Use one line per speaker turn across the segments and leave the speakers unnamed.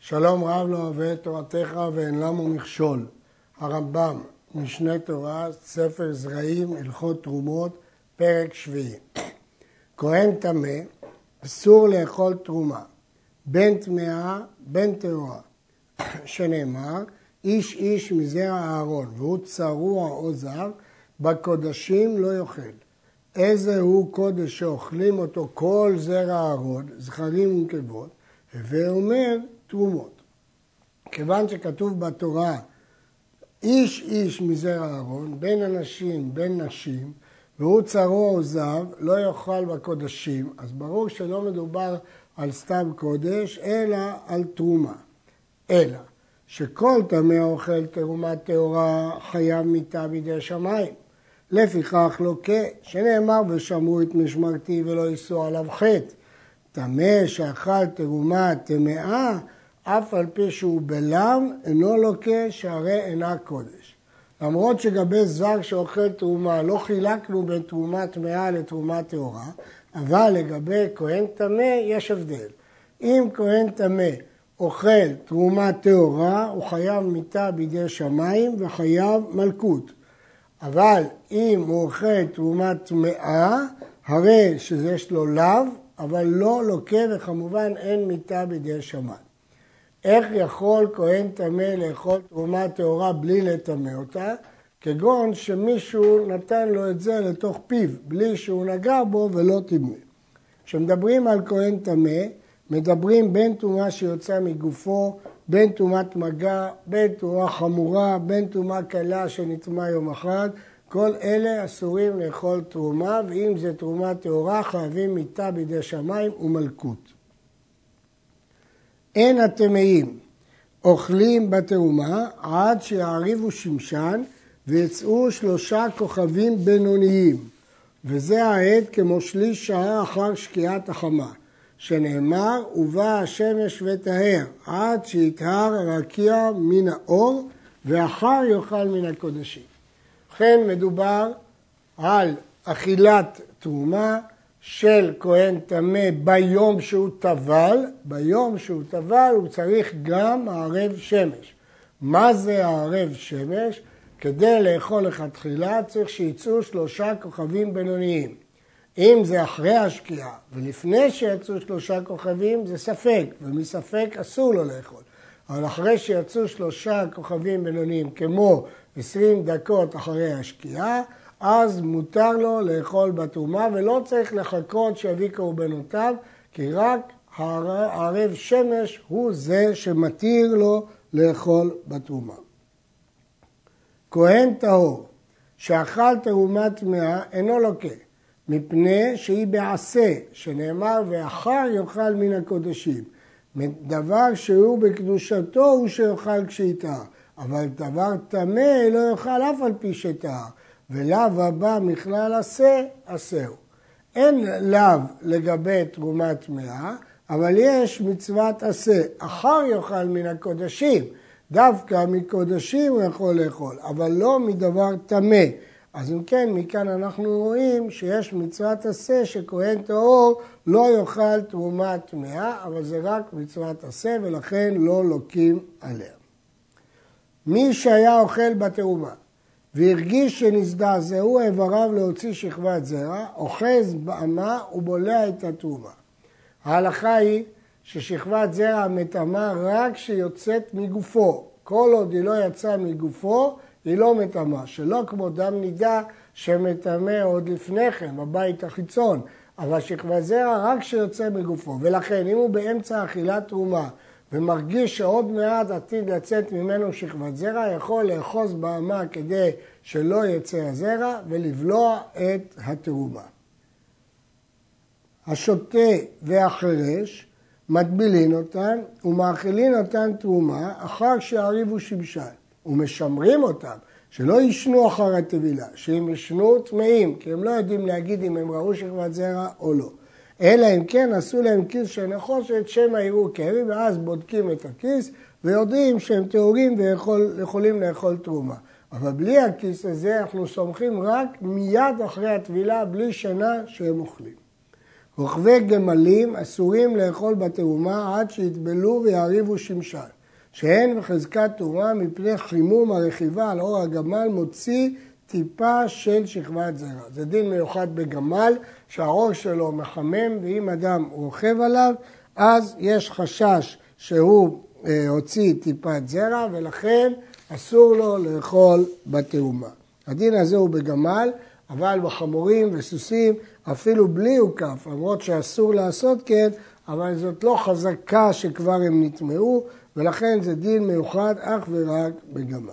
שלום רב לא אוהב את תורתך ואין למו מכשול. הרמב"ם, משנה תורה, ספר זרעים, הלכות תרומות, פרק שביעי. כהן טמא, אסור לאכול תרומה, בין טמאה, בין טהורה, שנאמר, איש איש מזרע אהרון, והוא צרוע או זר, בקודשים לא יאכל. איזה הוא קודש שאוכלים אותו כל זרע אהרון, זכרים ונקבות, ואומר תרומות. כיוון שכתוב בתורה, איש איש מזרע אהרון, בין אנשים, בין נשים, והוא צרוע או זב, לא יאכל בקודשים, אז ברור שלא מדובר על סתם קודש, אלא על תרומה. אלא שכל טמא אוכל תרומה טהורה חייב מיתה בידי שמיים. לפיכך לוקה, שנאמר ושמרו את משמרתי ולא יישאו עליו חטא. טמא שאכל תרומה טמאה, אף על פי שהוא בלאו, אינו לוקה שהרי אינה קודש. למרות שגבי זר שאוכל תרומה לא חילקנו בין תרומה טמאה לתרומה טהורה, אבל לגבי כהן טמא יש הבדל. אם כהן טמא אוכל תרומה טהורה, הוא חייב מיתה בידי שמיים וחייב מלכות. אבל אם הוא אוכל תרומה טמאה, הרי שיש לו לאו, אבל לא לוקה וכמובן אין מיתה בידי שמיים. איך יכול כהן טמא לאכול תרומה טהורה בלי לטמא אותה? כגון שמישהו נתן לו את זה לתוך פיו, בלי שהוא נגע בו ולא טימא. כשמדברים על כהן טמא, מדברים בין תרומה שיוצא מגופו, בין תרומת מגע, בין תרומה חמורה, בין תרומה קלה שנטמא יום אחד. כל אלה אסורים לאכול תרומה, ואם זה תרומה טהורה חייבים מיתה בידי שמיים ומלכות. אין הטמאים אוכלים בתרומה עד שיעריבו שמשן ויצאו 3 כוכבים בינוניים, וזה העת כמו שליש שעה אחר שקיעת החמה, שנאמר ובא השמש וטהר עד שיטהר הרקיע מן האור ואחר יאכל מן הקודשים. לכן מדובר על אכילת תרומה של כהן טמא ביום שהוא טבל. ביום שהוא טבל הוא צריך גם הערב שמש. מה זה הערב שמש? כדי לאכול לכתחילה צריך שיצאו 3 כוכבים בינוניים. אם זה אחרי השקיעה ולפני שיצאו 3 כוכבים זה ספק, ומספק אסור לו לאכול. אבל אחרי שיצאו 3 כוכבים בינוניים כמו 20 דקות אחרי השקיעה, אז מותר לו לאכול בתרומה ולא צריך לחכות שיביא קורבנותיו, כי רק הערב שמש הוא זה שמתיר לו לאכול בתרומה. כהן טהור שאכל תרומה טמאה אינו לוקה, מפני שהיא בעשה, שנאמר ואחר יאכל מן הקודשים. דבר שהוא בקדושתו הוא שיאכל כשיטהר, אבל דבר טמא לא יאכל אף על פי שטהר, ולאו הבא מכלל עשה, עשהו. אין לאו לגבי תרומה טמאה, אבל יש מצוות עשה. אחר יאכל מן הקודשים, דווקא מקודשים הוא יכול לאכול, אבל לא מדבר טמא. אז אם כן, מכאן אנחנו רואים שיש מצוות עשה שכהן טהור לא יאכל תרומה טמאה, אבל זה רק מצוות עשה ולכן לא לוקים עליה. מי שהיה אוכל בתרומה והרגיש שנזדעזעו איבריו להוציא שכבת זרע, אוחז באמה ובולע את התרומה. ההלכה היא ששכבת זרע מטמאה רק שיוצאת מגופו. כל עוד היא לא יצאה מגופו, היא לא מטמאה. שלא כמו דם נידה שמטמא עוד לפני כן, בבית החיצון. אבל שכבת זרע רק שיוצא מגופו. ולכן אם הוא באמצע אכילת תרומה ומרגיש שעוד מעט עתיד לצאת ממנו שכבת זרע, יכול לאחוז באמה כדי שלא יצא הזרע ולבלוע את התרומה. השוטה והחירש מטבילין אותן ומאכילין אותן תרומה אחר שיעריבו שמשן, ומשמרים אותם שלא ישנו אחר הטבילה, שהם ישנו טמאים, כי הם לא יודעים להגיד אם הם ראו שכבת זרע או לא. אלא אם כן עשו להם כיס של נחושת שמא יראו קרי, ואז בודקים את הכיס ויודעים שהם טהורים ויכולים לאכול תרומה. אבל בלי הכיס הזה אנחנו סומכים רק מיד אחרי הטבילה, בלי שנה שהם אוכלים. רוכבי גמלים אסורים לאכול בתרומה עד שיטבלו ויעריבו שמשן, שהן בחזקת תרומה מפני חימום הרכיבה על אור הגמל מוציא טיפה של שכבת זרע. זה דין מיוחד בגמל שהאור שלו מחמם, ואם אדם רוכב עליו אז יש חשש שהוא הוציא טיפת זרע ולכן אסור לו לאכול בתרומה. הדין הזה הוא בגמל, אבל בחמורים וסוסים אפילו בלי עוקף, למרות שאסור לעשות כן, אבל זאת לא חזקה שכבר הם נטמעו, ולכן זה דין מיוחד אך ורק בגמל.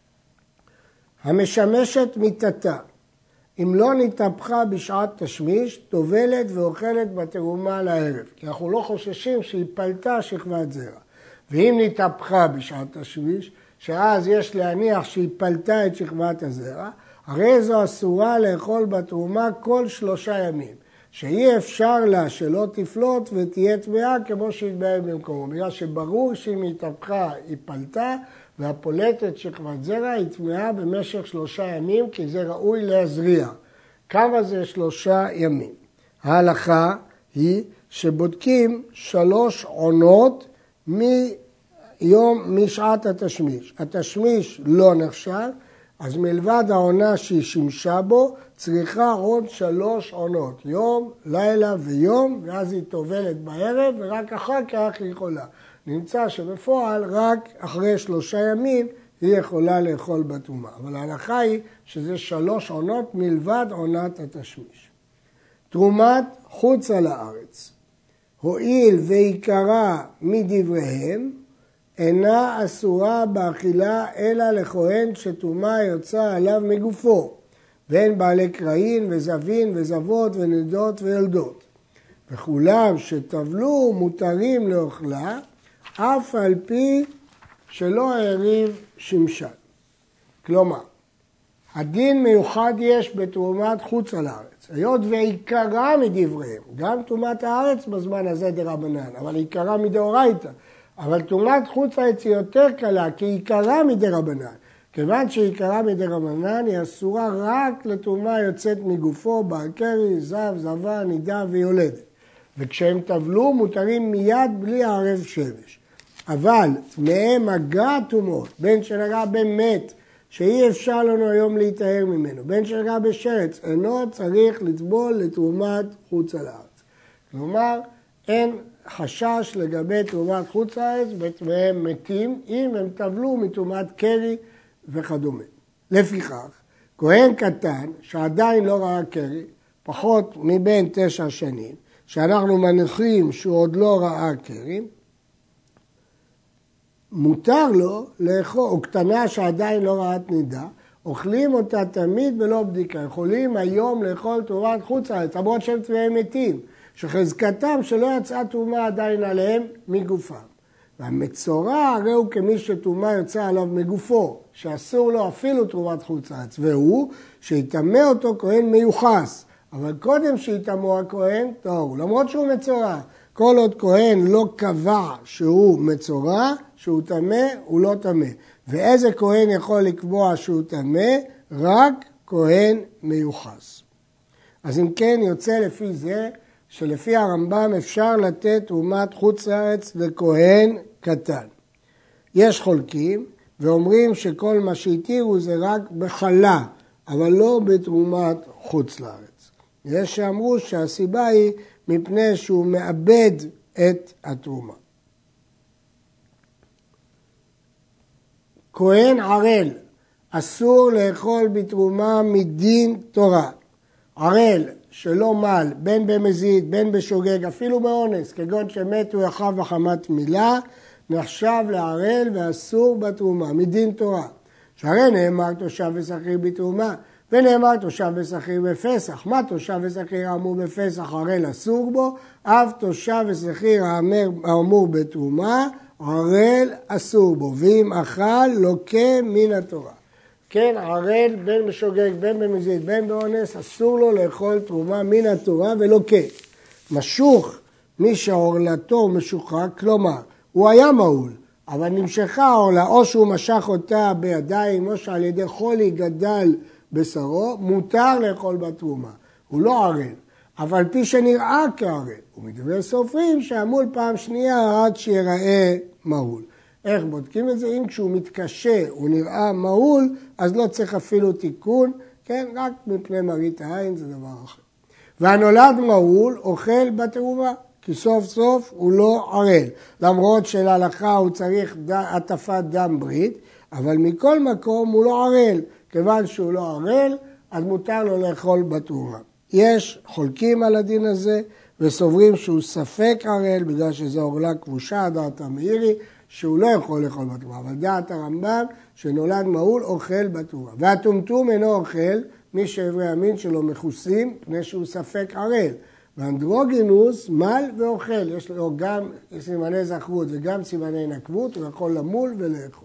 המשמשת מיתתה, אם לא נתהפכה בשעת תשמיש, טובלת ואוכלת בתרומה לערב, כי אנחנו לא חוששים שהיא פלטה שכבת זרע. ואם נתהפכה בשעת תשמיש, שאז יש להניח שהיא פלטה את שכבת הזרע, הרי זו אסורה לאכול בתרומה כל 3 ימים, שאי אפשר לה שלא תפלוט ותהיה טמאה כמו שהתבהר במקומו, בגלל שברור שאם היא התהפכה היא פלטה, והפולטת שכבת זרע היא טמאה במשך 3 ימים, כי זה ראוי להזריע. כמה זה 3 ימים? ההלכה היא שבודקים 3 עונות משעת התשמיש. התשמיש לא נחשב, אז מלבד העונה שהיא שימשה בו, צריכה עוד 3 עונות, יום, לילה ויום, ואז היא טובלת בערב, ורק אחר כך היא יכולה. נמצא שבפועל רק אחרי 3 ימים היא יכולה לאכול בתרומה. אבל ההלכה היא שזה 3 עונות מלבד עונת התשמיש. תרומת חוצה לארץ, הואיל ועיקרה מדבריהם, אינה אסורה באכילה אלא לכהן שטומאה יוצאה עליו מגופו, ואין בעלי קרעים וזבין וזבות ונדות וילדות. וכולם שטבלו מותרים לאוכלה, אף על פי שלא העריב שמשן. כלומר, הדין מיוחד יש בתרומת חוצה לארץ, היות ועיקרה מדבריהם, גם תרומת הארץ בזמן הזה דרבנן, אבל עיקרה מדאורייתא. אבל תרומת חוץ לארץ היא יותר קלה, כי עיקרה מדרבנן. כיוון שעיקרה מדרבנן היא אסורה רק לתרומה יוצאת מגופו, בעקרי, זב, זבה, נידה ויולדת. וכשהם טבלו מותרים מיד בלי ערב שמש. אבל מהם מגע טומאות, בין שנגע במת, שאי אפשר לנו היום להתאר ממנו, בין שנגע בשרץ, אינו צריך לטבול לתרומת חוץ לארץ. כלומר, אין חשש לגבי תרומת חוץ לארץ והם מתים אם הם טבלו מתרומת קרי וכדומה. לפיכך, כהן קטן שעדיין לא ראה קרי, פחות מבין 9 שנים, שאנחנו מניחים שהוא עוד לא ראה קרי, מותר לו לאכול, או קטנה שעדיין לא ראת נידה, אוכלים אותה תמיד בלא בדיקה. יכולים היום לאכול תרומת חוץ לארץ, למרות שהם טמאי מתים, שחזקתם שלא יצאה תרומה עדיין עליהם מגופם. והמצורע הרי הוא כמי שתרומה יוצאה עליו מגופו, שאסור לו אפילו תרומת חוץ לארץ, והוא שיטמא אותו כהן מיוחס. אבל קודם שיטמאו הכהן, טוב, למרות שהוא מצורע. כל עוד כהן לא קבע שהוא מצורע, שהוא טמא, הוא לא טמא. ואיזה כהן יכול לקבוע שהוא טמא? רק כהן מיוחס. אז אם כן יוצא לפי זה, שלפי הרמב"ם אפשר לתת תרומת חוץ לארץ לכהן קטן. יש חולקים ואומרים שכל מה שהתירו זה רק בחלה, אבל לא בתרומת חוץ לארץ. יש שאמרו שהסיבה היא מפני שהוא מאבד את התרומה. כהן ערל, אסור לאכול בתרומה מדין תורה. ערל שלא מל, בין במזיד, בין בשוגג, אפילו באונס, כגון שמתו אחיו וחמת מילה, נחשב לערל ואסור בתרומה, מדין תורה. שהרי נאמר תושב ושכיר בתרומה, ונאמר תושב ושכיר בפסח. מה תושב ושכיר האמור בפסח ערל אסור בו? אף תושב ושכיר האמור בתרומה, ערל אסור בו. ואם אכל לוקה מן התורה. כן, ערל בין בשוגג, בין במזיד, בין באונס, אסור לו לאכול תרומה מן התורה ולוקה. משוך מי שעורלתו משוחרר, כלומר, הוא היה מעול, אבל נמשכה העורלה, או שהוא משך אותה בידיים, או שעל ידי חולי גדל בשרו, מותר לאכול בתרומה. הוא לא ערל, אף על פי שנראה כערל, ומדברי סופרים שעמול פעם שנייה עד שיראה מהול. איך בודקים את זה? אם כשהוא מתקשה הוא נראה מהול, אז לא צריך אפילו תיקון, כן? רק מפני מראית העין זה דבר אחר. והנולד מהול אוכל בתרומה, כי סוף סוף הוא לא ערל. למרות שלהלכה הוא צריך עטפת דם ברית, אבל מכל מקום הוא לא ערל. כיוון שהוא לא ערל, אז מותר לו לאכול בתרומה. יש חולקים על הדין הזה, וסוברים שהוא ספק ערל, בגלל שזו עורלה כבושה, דעת המאירי, שהוא לא יכול לאכול בתרומה. אבל דעת הרמב"ם, שנולד מהול, אוכל בתרומה. והטומטום אינו אוכל, מי שאיברי המין שלו מכוסים, פני שהוא ספק ערל. ואנדרוגינוס מל ואוכל, יש לו גם סימני זכרות וגם סימני נקבות, הוא יכול למול ולאכול.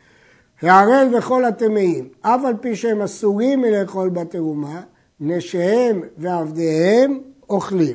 הערל וכל הטמאים, אף על פי שהם אסורים מלאכול בתרומה, נשיהם ועבדיהם אוכלים.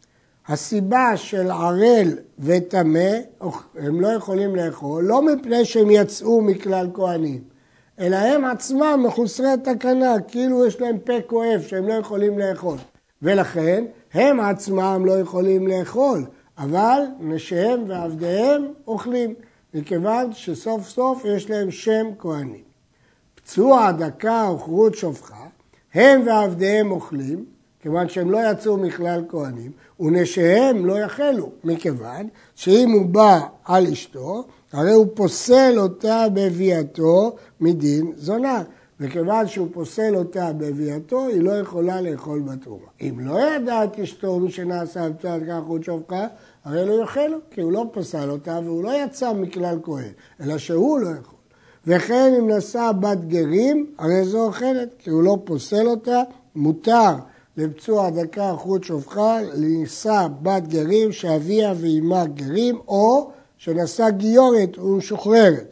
הסיבה של ערל וטמא, הם לא יכולים לאכול, לא מפני שהם יצאו מכלל כהנים, אלא הם עצמם מחוסרי תקנה, כאילו יש להם פה כואב שהם לא יכולים לאכול. ולכן הם עצמם לא יכולים לאכול, אבל נשיהם ועבדיהם אוכלים, מכיוון שסוף סוף יש להם שם כהנים. פצוע, דקה או חרוט שופחה, הם ועבדיהם אוכלים, כיוון שהם לא יצאו מכלל כהנים, ונשיהם לא יחלו, מכיוון שאם הוא בא על אשתו, הרי הוא פוסל אותה בביאתו מדין זונה. וכיוון שהוא פוסל אותה בביאתו, היא לא יכולה לאכול בתרומה. אם לא ידע את אשתו מי שנעשה פצוע דקה חרוט שופחה, הרי לא יאכלו, כי הוא לא פסל אותה והוא לא יצא מכלל כהן, אלא שהוא לא יכול. וכן אם נשא בת גרים, הרי זו אוכלת, כי הוא לא פוסל אותה, מותר לפצוע דקה חרוט שופחה לנשא בת גרים שאביה ואימה גרים, או שנשא גיורת ומשוחררת,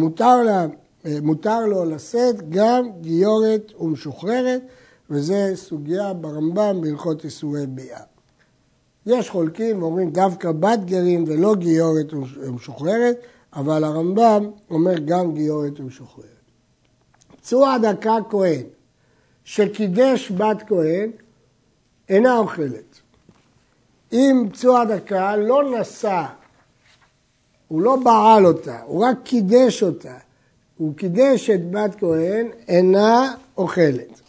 שמותר לו לשאת גם גיורת ומשוחררת, וזה סוגיה ברמב"ם בהלכות איסורי ביאה. יש חולקים ואומרים דווקא בת גרים ולא גיורת ומשוחררת, אבל הרמב"ם אומר גם גיורת ומשוחררת. פצוע דקה כהן שקידש בת כהן אינה אוכלת. אם פצוע דקה לא נשא, הוא לא בעל אותה, הוא רק קידש אותה, הוא קידש את בת כהן, אינה אוכלת.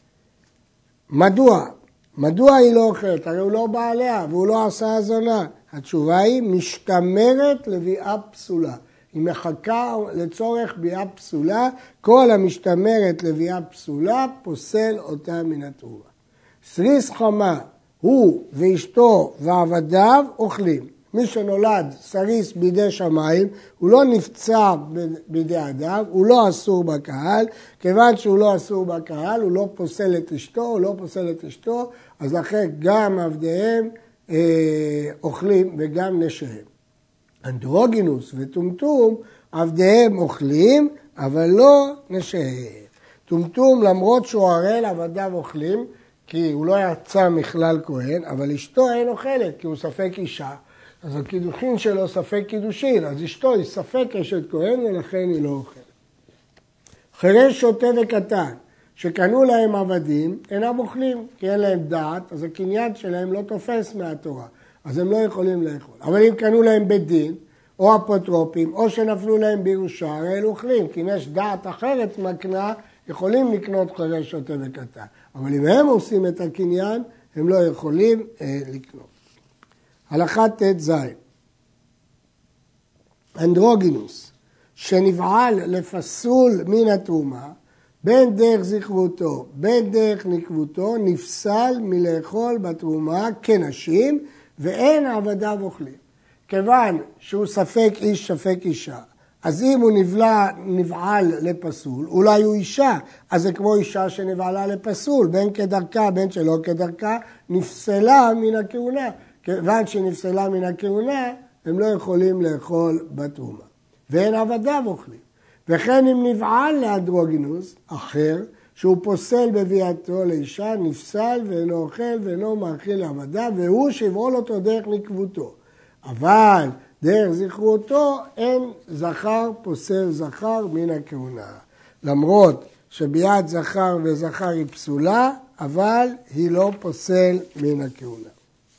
מדוע? מדוע היא לא אוכלת? הרי הוא לא בעליה והוא לא עשה הזונה. התשובה היא משתמרת לביאה פסולה. היא מחכה לצורך ביאה פסולה, כל המשתמרת לביאה פסולה פוסל אותה מן התרומה. סריס חמה, הוא ואשתו ועבדיו אוכלים. מי שנולד סריס בידי שמיים, הוא לא נפצע בידי אדם, הוא לא אסור בקהל, כיוון שהוא לא אסור בקהל, הוא לא פוסל את אשתו, הוא לא פוסל את אשתו, אז לכן גם עבדיהם אוכלים וגם נשיהם. אנדרוגינוס וטומטום, עבדיהם אוכלים, אבל לא נשיהם. טומטום למרות שהוא ערל, עבדיו אוכלים, כי הוא לא יצא מכלל כהן, אבל אשתו אין אוכלת, כי הוא ספק אישה. אז הקידושין שלו ספק קידושין, אז אשתו היא ספק אשת כהן ולכן היא לא אוכלת. חירש שוטה וקטן, שקנו להם עבדים, אינם אוכלים, כי אין להם דעת, אז הקניין שלהם לא תופס מהתורה, אז הם לא יכולים לאכול. אבל אם קנו להם בית דין, או אפוטרופים, או שנפלו להם בירושה, הרי הם אוכלים, כי אם יש דעת אחרת מקנה, יכולים לקנות חירש שוטה וקטן. אבל אם הם עושים את הקניין, הם לא יכולים לקנות. הלכה ט"ז, אנדרוגינוס, שנבעל לפסול מן התרומה, בין דרך זכרותו, בין דרך נקבותו, נפסל מלאכול בתרומה כנשים, ואין עבדיו אוכלים. כיוון שהוא ספק איש, ספק אישה, אז אם הוא נבעל לפסול, אולי הוא אישה, אז זה כמו אישה שנבעלה לפסול, בין כדרכה, בין שלא כדרכה, נפסלה מן הכהונה. כיוון שנפסלה מן הכהונה, הם לא יכולים לאכול בתרומה. ואין עבדיו אוכלים. וכן אם נבעל לאנדרוגינוס אחר, שהוא פוסל בביאתו לאישה, נפסל ואינו אוכל ואינו מאכיל לעבדיו, והוא שיבעול אותו דרך נקבותו. אבל דרך זכרותו אין זכר פוסל זכר מן הכהונה. למרות שביאת זכר וזכר היא פסולה, אבל היא לא פוסל מן הכהונה.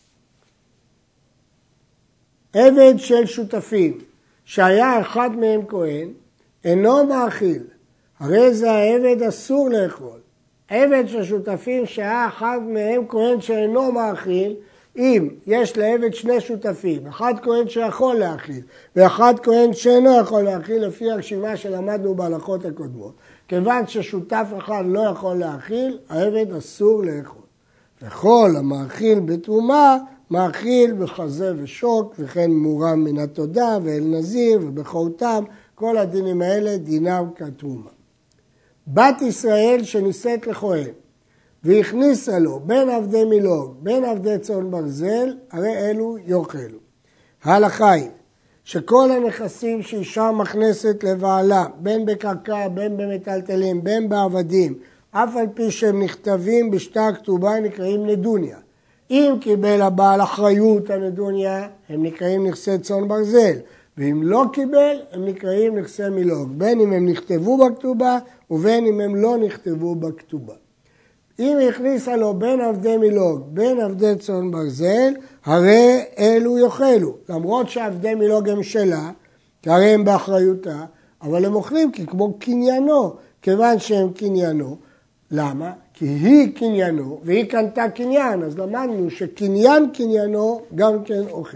עבד של שותפים, שהיה אחד מהם כהן, אינו מאכיל, הרי זה העבד אסור לאכול. עבד של שותפים שהיה אחד מהם כהן שאינו מאכיל, אם יש לעבד שני שותפים, אחד כהן שיכול להאכיל, ואחד כהן שאינו יכול להאכיל, לפי הרשימה שלמדנו בהלכות הקודמות. כיוון ששותף אחד לא יכול להאכיל, העבד אסור לאכול. וכל המאכיל בתרומה, מאכיל בחזה ושוק, וכן מורם מן התודה ואל נזיר ובחור תם, כל הדינים האלה דינם כתרומה. בת ישראל שנישאת לכהן, והכניסה לו בין עבדי מילוג, בין עבדי צאן ברזל, הרי אלו יאכלו. ההלכה היא שכל הנכסים שאישה מכנסת לבעלה, בין בקרקע, בין במטלטלים, בין בעבדים, אף על פי שהם נכתבים בשטר כתובה, נקראים נדוניה. אם קיבל הבעל אחריות הנדוניה, הם נקראים נכסי צאן ברזל, ואם לא קיבל, הם נקראים נכסי מילוג, בין אם הם נכתבו בכתובה, ובין אם הם לא נכתבו בכתובה. אם הכניסה לו בין עבדי מילוג, בין עבדי צאן ברזל, הרי אלו יאכלו. למרות שעבדי מילוג הם שלה, כי הרי הם באחריותה, אבל הם אוכלים כמו קניינו, כיוון שהם קניינו. למה? כי היא קניינו, והיא קנתה קניין, אז למדנו שקניין קניינו גם כן אוכל.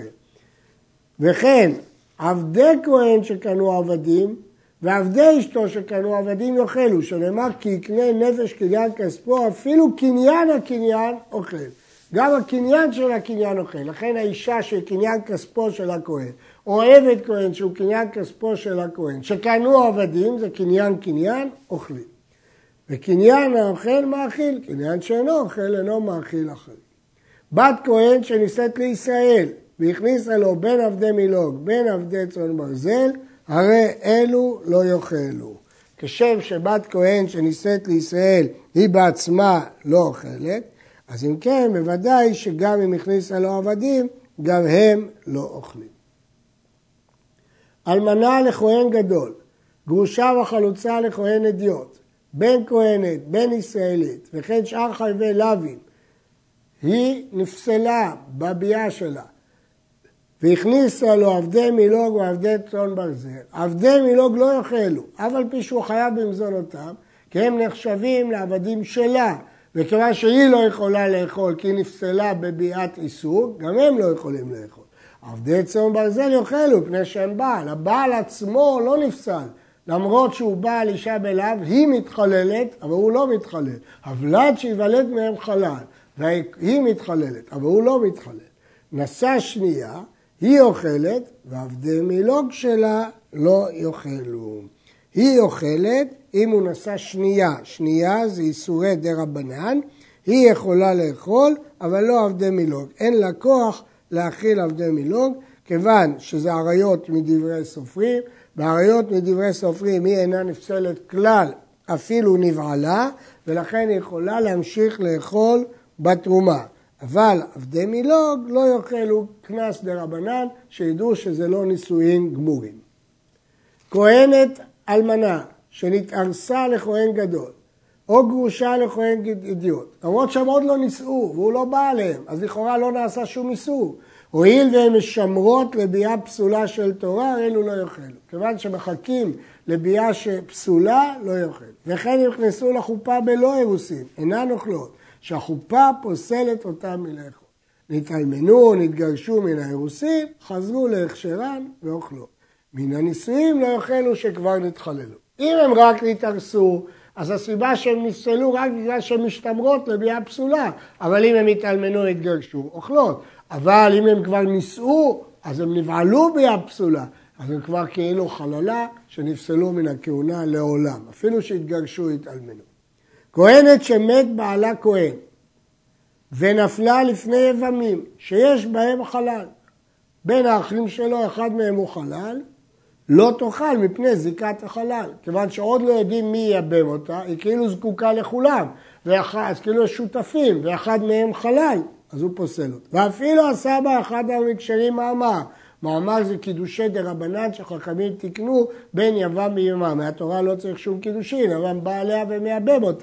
וכן, עבדי כהן שקנו עבדים, ועבדי אשתו שקנו עבדים יאכלו, שנאמר כי יקנה נפש קניין כספו, אפילו קניין הקניין אוכל. גם הקניין של הקניין אוכל. לכן האישה שקניין כספו של הכהן, או עבד כהן שהוא קניין כספו של הכהן, שקנו עבדים, זה קניין אוכלים. וקניין האוכל מאכיל, קניין שאינו אוכל אינו מאכיל אחרים. בת כהן שנישאת לישראל, והכניסה לו בין עבדי מילוג, בין עבדי צאן ברזל, הרי אלו לא יאכלו. כשם שבת כהן שנישאת לישראל היא בעצמה לא אוכלת, אז אם כן, בוודאי שגם אם הכניסה לו עבדים, גם הם לא אוכלים. אלמנה לכהן גדול, גרושה וחלוצה לכהן אדיוט, בין כהנת, בין ישראלית, וכן שאר חייבי לווים, היא נפסלה בביאה שלה. והכניסה לו עבדי מילוג ועבדי צאן ברזל. עבדי מילוג לא יאכלו, אף על פי שהוא חייב במזונותם, כי הם נחשבים לעבדים שלה, וכיוון שהיא לא יכולה לאכול כי היא נפסלה בביאת איסור, גם הם לא יכולים לאכול. עבדי צאן ברזל יאכלו, פני שהם בעל. הבעל עצמו לא נפסל, למרות שהוא בעל אישה בלאו, היא מתחללת, אבל הוא לא מתחלל. הוולד שיוולד מהם חלל, והיא מתחללת, אבל הוא לא מתחלל. נשא שנייה, היא אוכלת, ועבדי מילוג שלה לא יאכלו. היא אוכלת אם הוא נשא שנייה. שנייה זה איסורי דרבנן, היא יכולה לאכול, אבל לא עבדי מילוג. אין לה כוח להאכיל עבדי מילוג, כיוון שזה עריות מדברי סופרים, בעריות מדברי סופרים היא אינה נפסלת כלל, אפילו נבעלה, ולכן היא יכולה להמשיך לאכול בתרומה. אבל עבדי מילוג לא יאכלו קנס דרבנן, שידעו שזה לא נישואין גמורים. כהנת אלמנה שנתארסה לכהן גדול, או גרושה לכהן אדיוט, למרות שהם עוד לא נישאו והוא לא בא עליהם, אז לכאורה לא נעשה שום איסור. הואיל והן משמרות לביאה פסולה של תורה, אלו לא יאכלו. כיוון שמחכים לביאה פסולה, לא יאכלו. וכן נכנסו לחופה בלא אירוסין, אינן אוכלות. שהחופה פוסלת אותם מלאכול. נתאלמנו, נתגרשו מן האירוסין, חזרו להכשרן ואוכלו. מן הנישואים לא יאכלו שכבר נתחללו. אם הם רק נתארסו, אז הסיבה שהם נפסלו רק בגלל שהן משתמרות לביאה פסולה. אבל אם הם התאלמנו, התגרשו, אוכלות. אבל אם הם כבר נישאו, אז הם נבעלו ביאה פסולה. אז הם כבר כאילו חללה שנפסלו מן הכהונה לעולם. אפילו שהתגרשו, התאלמנו. כהנת שמת בעלה כהן, ונפלה לפני יבמים, שיש בהם חלל. בין האחים שלו, אחד מהם הוא חלל, לא תאכל מפני זיקת החלל. כיוון שעוד לא יודעים מי ייבם אותה, היא כאילו זקוקה לכולם. אז כאילו שותפים, ואחד מהם חלל, אז הוא פוסל אותה. ואפילו עשה בה אחד המקשרים מאמר. מאמר זה קידושי דרבנן שחכמים תקנו בין יבם וימם. מהתורה לא צריך שום קידושין, אבל בא עליה ומייבם אותה.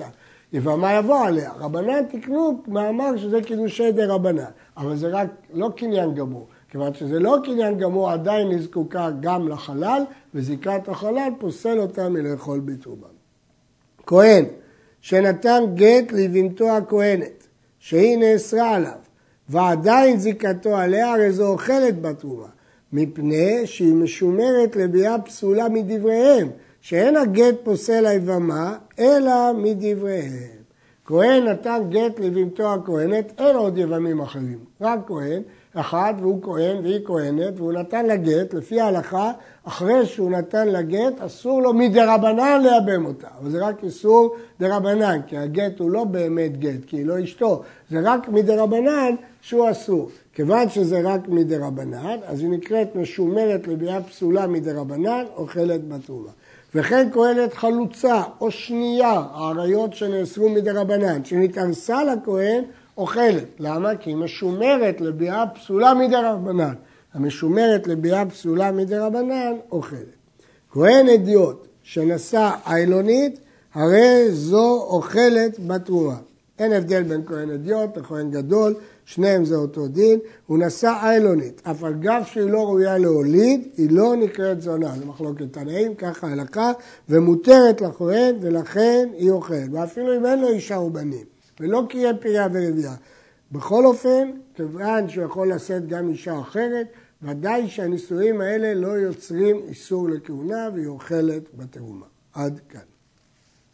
יבמה יבוא עליה. רבנן תקנו מאמר שזה קידושי דרבנן, אבל זה רק לא קניין גמור. כיוון שזה לא קניין גמור, עדיין נזקוקה גם לחלל, וזיקת החלל פוסל אותה מלאכול בתרומה. כהן שנתן גט לבנתו הכהנת, שהיא נאסרה עליו, ועדיין זיקתו עליה, הרי זו אוכלת בתרומה, מפני שהיא משומרת לביאה פסולה מדבריהם, שאין הגט פוסל היבמה, אלא מדבריהם. כהן נתן גט לבנתו הכהנת, אין עוד יבמים אחרים, רק כהן, אחד והוא כהן והיא כהנת, והוא נתן לה גט, לפי ההלכה, אחרי שהוא נתן לה גט, אסור לו מדרבנן לייבם אותה. אבל זה רק איסור דרבנן, כי הגט הוא לא באמת גט, כי היא לא אשתו. זה רק מדרבנן שהוא אסור. כיוון שזה רק מדרבנן, אז היא נקראת משומרת לביאה פסולה מדרבנן, אוכלת בתרומה. וכן כהנת חלוצה או שנייה, העריות שנאסרו מדרבנן, שנתארסה לכהן, אוכלת. למה? כי היא משומרת לביאה פסולה מדרבנן. המשומרת לביאה פסולה מדרבנן, אוכלת. כהן אדיוט שנשא איילונית, הרי זו אוכלת בתרומה. אין הבדל בין כהן אדיוט לכהן גדול, שניהם זה אותו דין. הוא נשא איילונית, אף על גב שהיא לא ראויה להוליד, היא לא נקראת זונה. זה מחלוקת תנאים, ככה ההלכה, ומותרת לכהן, ולכן היא אוכלת. ואפילו אם אין לו אישה ובנים. ולא קיים פריה ורבייה. בכל אופן, כיוון שהוא יכול לשאת גם אישה אחרת, ודאי שהנישואים האלה לא יוצרים איסור לכהונה והיא אוכלת בתרומה. עד כאן.